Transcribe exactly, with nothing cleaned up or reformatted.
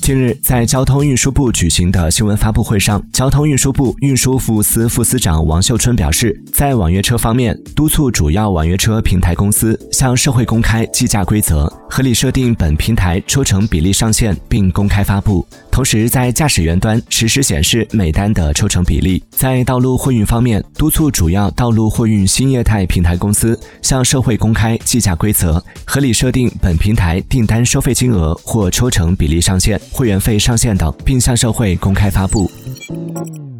近日，在交通运输部举行的新闻发布会上，交通运输部运输服务司副司长王秀春表示，在网约车方面，督促主要网约车平台公司向社会公开计价规则，合理设定本平台抽成比例上限，并公开发布。同时，在驾驶员端实时显示每单的抽成比例。在道路货运方面，督促主要道路货运新业态平台公司向社会公开计价规则，合理设定本平台订单收费金额或抽成比例上限、会员费上限等，并向社会公开发布。